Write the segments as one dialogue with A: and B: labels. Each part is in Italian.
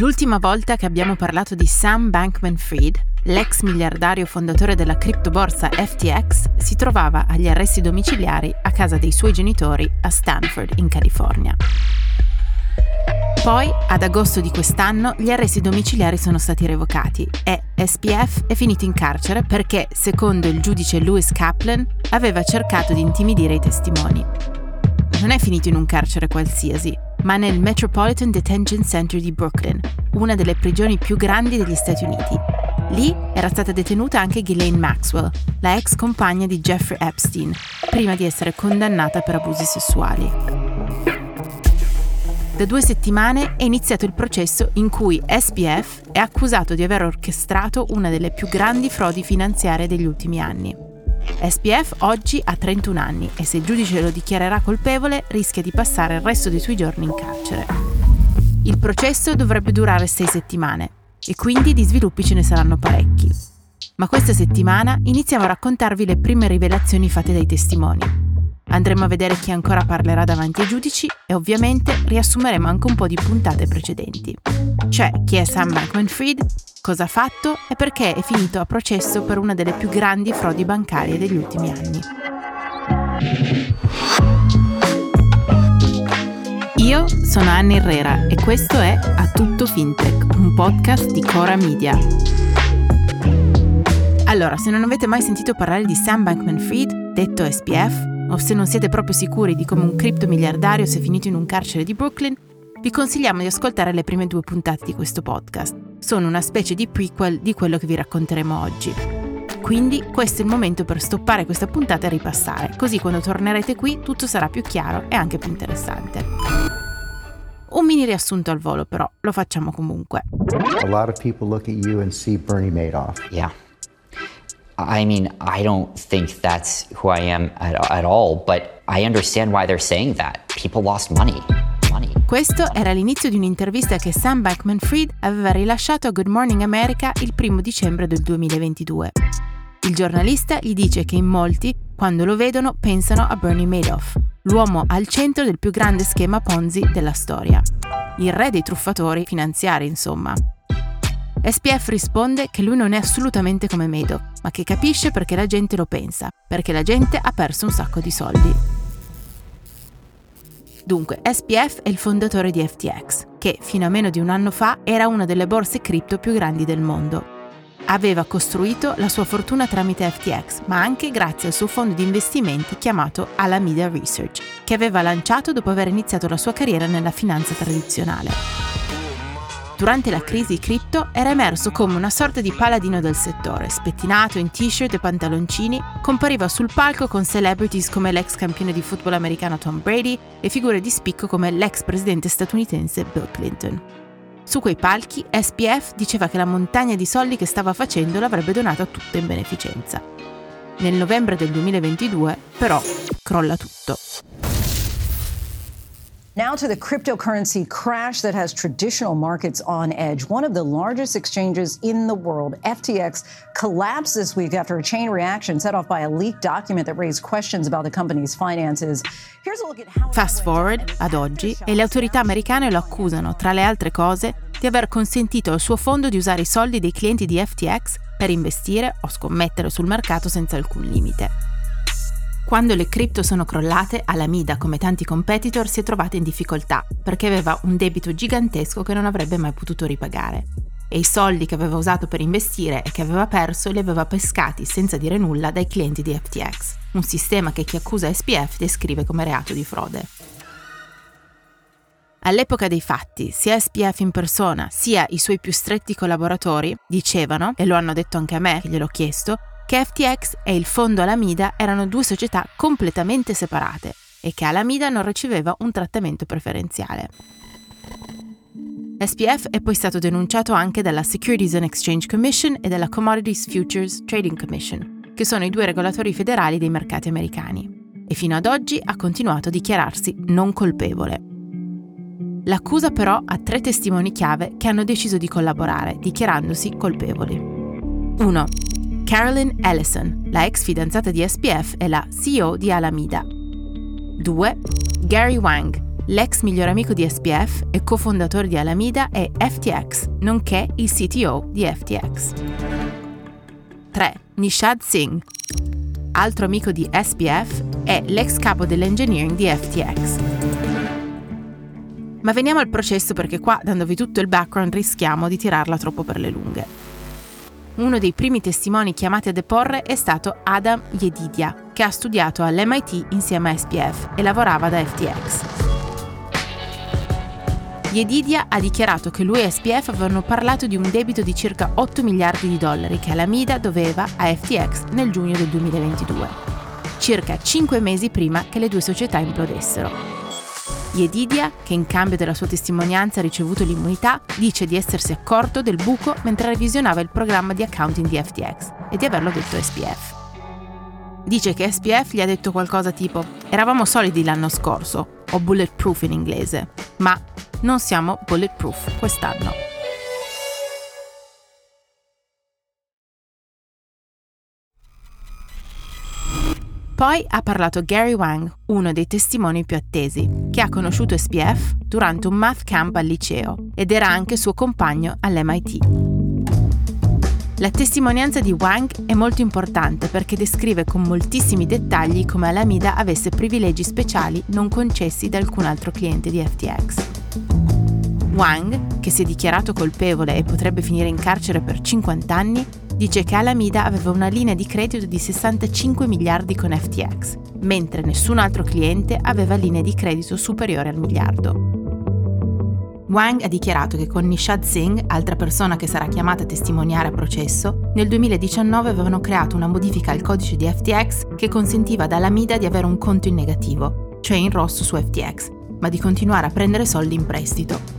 A: L'ultima volta che abbiamo parlato di Sam Bankman-Fried, l'ex miliardario fondatore della criptoborsa FTX, si trovava agli arresti domiciliari a casa dei suoi genitori a Stanford, in California. Poi, ad agosto di quest'anno, gli arresti domiciliari sono stati revocati e SBF è finito in carcere perché, secondo il giudice Lewis Kaplan, aveva cercato di intimidire i testimoni. Non è finito in un carcere qualsiasi, ma nel Metropolitan Detention Center di Brooklyn, una delle prigioni più grandi degli Stati Uniti. Lì era stata detenuta anche Ghislaine Maxwell, la ex compagna di Jeffrey Epstein, prima di essere condannata per abusi sessuali. Da 2 settimane è iniziato il processo in cui SBF è accusato di aver orchestrato una delle più grandi frodi finanziarie degli ultimi anni. SBF oggi ha 31 anni e se il giudice lo dichiarerà colpevole rischia di passare il resto dei suoi giorni in carcere. Il processo dovrebbe durare 6 settimane e quindi di sviluppi ce ne saranno parecchi. Ma questa settimana iniziamo a raccontarvi le prime rivelazioni fatte dai testimoni. Andremo a vedere chi ancora parlerà davanti ai giudici e ovviamente riassumeremo anche un po' di puntate precedenti. Cioè, chi è Sam Bankman-Fried, cosa ha fatto e perché è finito a processo per una delle più grandi frodi bancarie degli ultimi anni. Io sono Anna Herrera e questo è A Tutto Fintech, un podcast di Cora Media. Allora, se non avete mai sentito parlare di Sam Bankman-Fried, detto SBF, o se non siete proprio sicuri di come un criptomiliardario sia finito in un carcere di Brooklyn, vi consigliamo di ascoltare le prime 2 puntate di questo podcast. Sono una specie di prequel di quello che vi racconteremo oggi. Quindi questo è il momento per stoppare questa puntata e ripassare, così quando tornerete qui tutto sarà più chiaro e anche più interessante. Un mini riassunto al volo però, lo facciamo comunque.
B: A lot of people look at you and see Bernie Madoff.
C: Yeah. I mean, I don't think that's who I am at all, but I understand why they're saying that. People lost money.
A: Questo era l'inizio di un'intervista che Sam Bankman-Fried aveva rilasciato a Good Morning America il 1 dicembre del 2022. Il giornalista gli dice che in molti, quando lo vedono, pensano a Bernie Madoff, l'uomo al centro del più grande schema Ponzi della storia. Il re dei truffatori finanziari, insomma. SBF risponde che lui non è assolutamente come Madoff, ma che capisce perché la gente lo pensa, perché la gente ha perso un sacco di soldi. Dunque, SBF è il fondatore di FTX, che fino a meno di un anno fa era una delle borse cripto più grandi del mondo. Aveva costruito la sua fortuna tramite FTX, ma anche grazie al suo fondo di investimenti chiamato Alameda Research, che aveva lanciato dopo aver iniziato la sua carriera nella finanza tradizionale. Durante la crisi cripto era emerso come una sorta di paladino del settore, spettinato in t-shirt e pantaloncini, compariva sul palco con celebrities come l'ex campione di football americano Tom Brady e figure di spicco come l'ex presidente statunitense Bill Clinton. Su quei palchi SBF diceva che la montagna di soldi che stava facendo l'avrebbe donata tutta in beneficenza. Nel novembre del 2022, però, crolla tutto.
D: Now to the cryptocurrency crash that has traditional markets on edge. One of the largest exchanges in the world, FTX, collapsed this week after a chain reaction set off by a leaked document that raised questions about the company's finances. Here's a look at how...
A: Fast forward ad oggi e le autorità americane lo accusano, tra le altre cose, di aver consentito al suo fondo di usare i soldi dei clienti di FTX per investire o scommettere sul mercato senza alcun limite. Quando le cripto sono crollate, Alameda, come tanti competitor, si è trovata in difficoltà perché aveva un debito gigantesco che non avrebbe mai potuto ripagare. E i soldi che aveva usato per investire e che aveva perso li aveva pescati senza dire nulla dai clienti di FTX, un sistema che chi accusa SBF descrive come reato di frode. All'epoca dei fatti, sia SBF in persona sia i suoi più stretti collaboratori dicevano, e lo hanno detto anche a me che gliel'ho chiesto, che FTX e il fondo Alameda erano 2 società completamente separate e che Alameda non riceveva un trattamento preferenziale. SBF è poi stato denunciato anche dalla Securities and Exchange Commission e dalla Commodities Futures Trading Commission, che sono i 2 regolatori federali dei mercati americani, e fino ad oggi ha continuato a dichiararsi non colpevole. L'accusa però ha 3 testimoni chiave che hanno deciso di collaborare, dichiarandosi colpevoli. 1. Carolyn Ellison, la ex fidanzata di SBF e la CEO di Alameda. 2. Gary Wang, l'ex migliore amico di SPF e cofondatore di Alameda e FTX, nonché il CTO di FTX. 3. Nishad Singh, altro amico di SPF e l'ex capo dell'engineering di FTX. Ma veniamo al processo, perché qua, dandovi tutto il background, rischiamo di tirarla troppo per le lunghe. Uno dei primi testimoni chiamati a deporre è stato Adam Yedidia, che ha studiato all'MIT insieme a SPF e lavorava da FTX. Yedidia ha dichiarato che lui e SPF avevano parlato di un debito di circa $8 miliardi che Alameda doveva a FTX nel giugno del 2022, circa 5 mesi prima che le due società implodessero. Yedidia, che in cambio della sua testimonianza ha ricevuto l'immunità, dice di essersi accorto del buco mentre revisionava il programma di accounting di FTX e di averlo detto a SPF. Dice che SPF gli ha detto qualcosa tipo «Eravamo solidi l'anno scorso», o bulletproof in inglese, ma non siamo bulletproof quest'anno. Poi ha parlato Gary Wang, uno dei testimoni più attesi, che ha conosciuto SPF durante un math camp al liceo ed era anche suo compagno all'MIT. La testimonianza di Wang è molto importante perché descrive con moltissimi dettagli come Alameda avesse privilegi speciali non concessi da alcun altro cliente di FTX. Wang, che si è dichiarato colpevole e potrebbe finire in carcere per 50 anni, dice che Alameda aveva una linea di credito di 65 miliardi con FTX, mentre nessun altro cliente aveva linee di credito superiore al miliardo. Wang ha dichiarato che con Nishad Singh, altra persona che sarà chiamata a testimoniare a processo, nel 2019 avevano creato una modifica al codice di FTX che consentiva ad Alameda di avere un conto in negativo, cioè in rosso su FTX, ma di continuare a prendere soldi in prestito.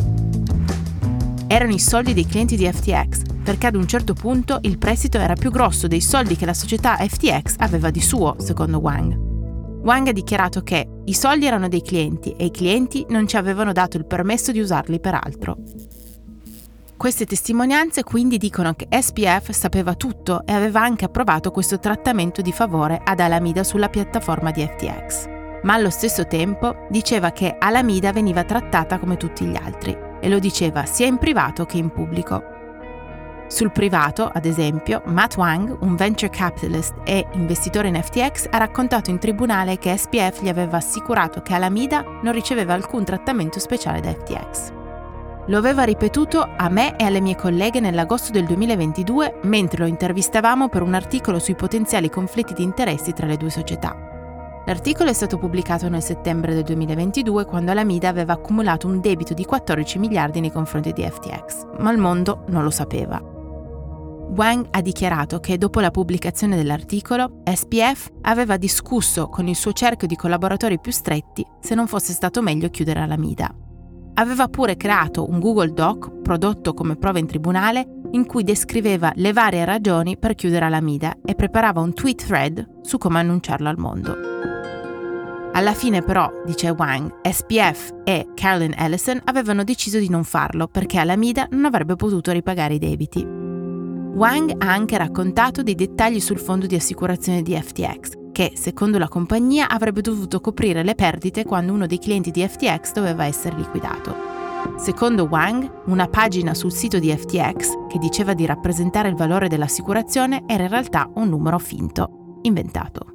A: Erano i soldi dei clienti di FTX, perché ad un certo punto il prestito era più grosso dei soldi che la società FTX aveva di suo, secondo Wang. Wang ha dichiarato che i soldi erano dei clienti e i clienti non ci avevano dato il permesso di usarli per altro. Queste testimonianze quindi dicono che SPF sapeva tutto e aveva anche approvato questo trattamento di favore ad Alameda sulla piattaforma di FTX. Ma allo stesso tempo diceva che Alameda veniva trattata come tutti gli altri e lo diceva sia in privato che in pubblico. Sul privato, ad esempio, Matt Wang, un venture capitalist e investitore in FTX, ha raccontato in tribunale che SPF gli aveva assicurato che Alameda non riceveva alcun trattamento speciale da FTX. Lo aveva ripetuto a me e alle mie colleghe nell'agosto del 2022 mentre lo intervistavamo per un articolo sui potenziali conflitti di interessi tra le due società. L'articolo è stato pubblicato nel settembre del 2022 quando Alameda aveva accumulato un debito di 14 miliardi nei confronti di FTX, ma il mondo non lo sapeva. Wang ha dichiarato che dopo la pubblicazione dell'articolo, SPF aveva discusso con il suo cerchio di collaboratori più stretti se non fosse stato meglio chiudere Alameda. Aveva pure creato un Google Doc, prodotto come prova in tribunale, in cui descriveva le varie ragioni per chiudere Alameda e preparava un tweet thread su come annunciarlo al mondo. Alla fine però, dice Wang, SPF e Caroline Ellison avevano deciso di non farlo perché Alameda non avrebbe potuto ripagare i debiti. Wang ha anche raccontato dei dettagli sul fondo di assicurazione di FTX, che, secondo la compagnia, avrebbe dovuto coprire le perdite quando uno dei clienti di FTX doveva essere liquidato. Secondo Wang, una pagina sul sito di FTX, che diceva di rappresentare il valore dell'assicurazione, era in realtà un numero finto, inventato.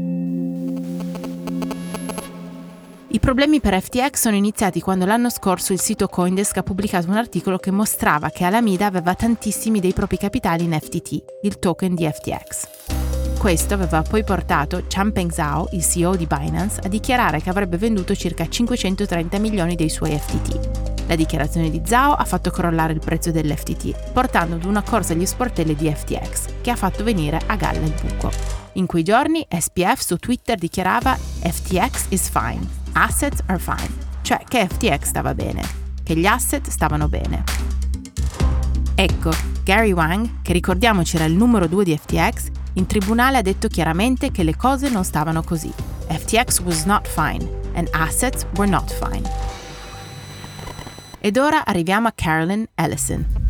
A: I problemi per FTX sono iniziati quando l'anno scorso il sito CoinDesk ha pubblicato un articolo che mostrava che Alameda aveva tantissimi dei propri capitali in FTT, il token di FTX. Questo aveva poi portato Changpeng Zhao, il CEO di Binance, a dichiarare che avrebbe venduto circa 530 milioni dei suoi FTT. La dichiarazione di Zhao ha fatto crollare il prezzo dell'FTT, portando ad una corsa agli sportelli di FTX, che ha fatto venire a galla il buco. In quei giorni SPF su Twitter dichiarava FTX is fine. Assets are fine, cioè che FTX stava bene, che gli asset stavano bene. Ecco, Gary Wang, che ricordiamoci era il numero 2 di FTX, in tribunale ha detto chiaramente che le cose non stavano così. FTX was not fine, and assets were not fine. Ed ora arriviamo a Caroline Ellison.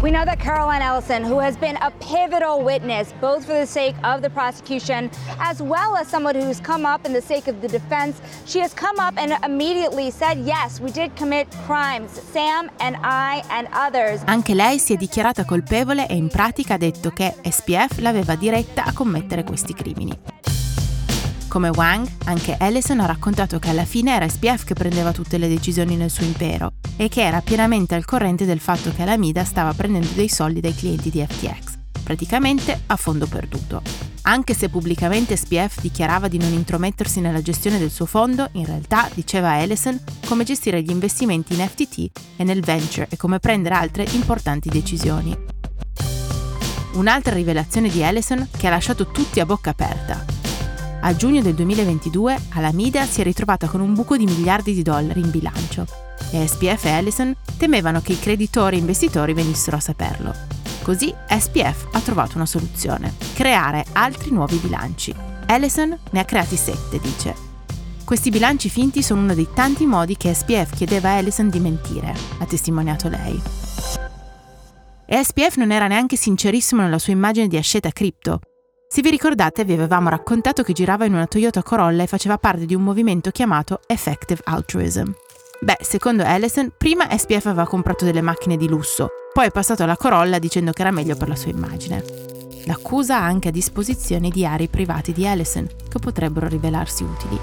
E: We know that Caroline Ellison, who has been a pivotal witness, both for the sake of the prosecution, as well as someone who's come up in the sake of the defense, she has come up and immediately said, yes, we did commit crimes, Sam and I and others.
A: Anche lei si è dichiarata colpevole e in pratica ha detto che SPF l'aveva diretta a commettere questi crimini. Come Wang, anche Ellison ha raccontato che alla fine era SPF che prendeva tutte le decisioni nel suo impero e che era pienamente al corrente del fatto che Alameda stava prendendo dei soldi dai clienti di FTX, praticamente a fondo perduto. Anche se pubblicamente SPF dichiarava di non intromettersi nella gestione del suo fondo, in realtà diceva a Ellison come gestire gli investimenti in FTT e nel venture e come prendere altre importanti decisioni. Un'altra rivelazione di Ellison che ha lasciato tutti a bocca aperta. A giugno del 2022 Alameda si è ritrovata con un buco di miliardi di dollari in bilancio e SPF e Ellison temevano che i creditori e investitori venissero a saperlo. Così SPF ha trovato una soluzione: creare altri nuovi bilanci. Ellison ne ha creati 7, dice. Questi bilanci finti sono uno dei tanti modi che SPF chiedeva a Ellison di mentire, ha testimoniato lei. E SPF non era neanche sincerissimo nella sua immagine di asceta cripto. Se vi ricordate, vi avevamo raccontato che girava in una Toyota Corolla e faceva parte di un movimento chiamato Effective Altruism. Beh, secondo Ellison, prima SPF aveva comprato delle macchine di lusso, poi è passato alla Corolla dicendo che era meglio per la sua immagine. L'accusa ha anche a disposizione i diari privati di Ellison, che potrebbero rivelarsi utili.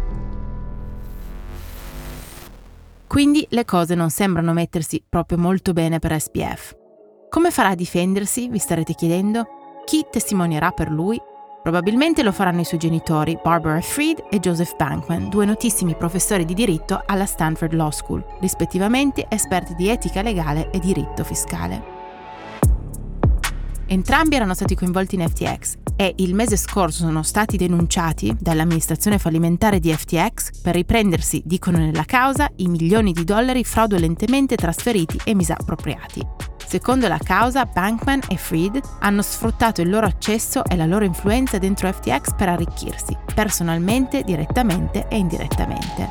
A: Quindi le cose non sembrano mettersi proprio molto bene per SPF. Come farà a difendersi, vi starete chiedendo? Chi testimonierà per lui? Probabilmente lo faranno i suoi genitori, Barbara Fried e Joseph Bankman, 2 notissimi professori di diritto alla Stanford Law School, rispettivamente esperti di etica legale e diritto fiscale. Entrambi erano stati coinvolti in FTX e il mese scorso sono stati denunciati dall'amministrazione fallimentare di FTX per riprendersi, dicono nella causa, i milioni di dollari fraudolentemente trasferiti e misappropriati. Secondo la causa, Bankman e Fried hanno sfruttato il loro accesso e la loro influenza dentro FTX per arricchirsi, personalmente, direttamente e indirettamente.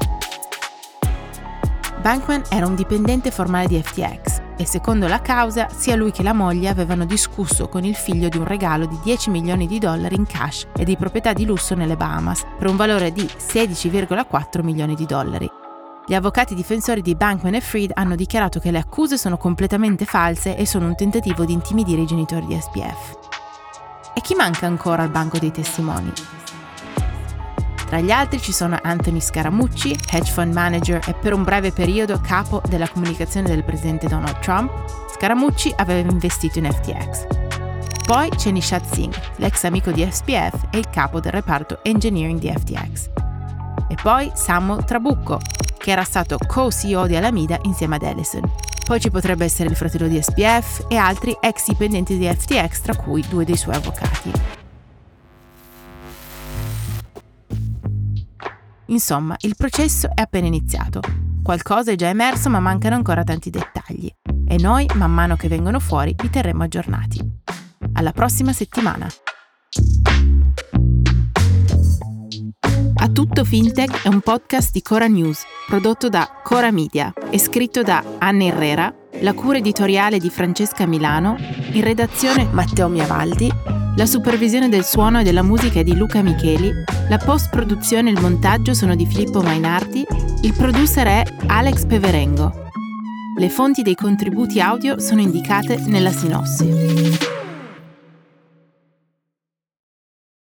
A: Bankman era un dipendente formale di FTX e secondo la causa sia lui che la moglie avevano discusso con il figlio di un regalo di $10 milioni in cash e di proprietà di lusso nelle Bahamas per un valore di $16,4 milioni. Gli avvocati difensori di Bankman e Fried hanno dichiarato che le accuse sono completamente false e sono un tentativo di intimidire i genitori di SPF. E chi manca ancora al banco dei testimoni? Tra gli altri ci sono Anthony Scaramucci, hedge fund manager e per un breve periodo capo della comunicazione del presidente Donald Trump. Scaramucci aveva investito in FTX. Poi c'è Nishad Singh, l'ex amico di SPF e il capo del reparto engineering di FTX. E poi Samuel Trabucco, che era stato co-CEO di Alameda insieme ad Ellison. Poi ci potrebbe essere il fratello di SPF e altri ex dipendenti di FTX, tra cui 2 dei suoi avvocati. Insomma, il processo è appena iniziato. Qualcosa è già emerso, ma mancano ancora tanti dettagli. E noi, man mano che vengono fuori, vi terremo aggiornati. Alla prossima settimana! A Tutto Fintech è un podcast di Cora News, prodotto da Cora Media e scritto da Anna Herrera, la cura editoriale di Francesca Milano, in redazione Matteo Miavaldi, la supervisione del suono e della musica è di Luca Micheli, la post-produzione e il montaggio sono di Filippo Mainardi, il producer è Alex Peverengo. Le fonti dei contributi audio sono indicate nella sinossi.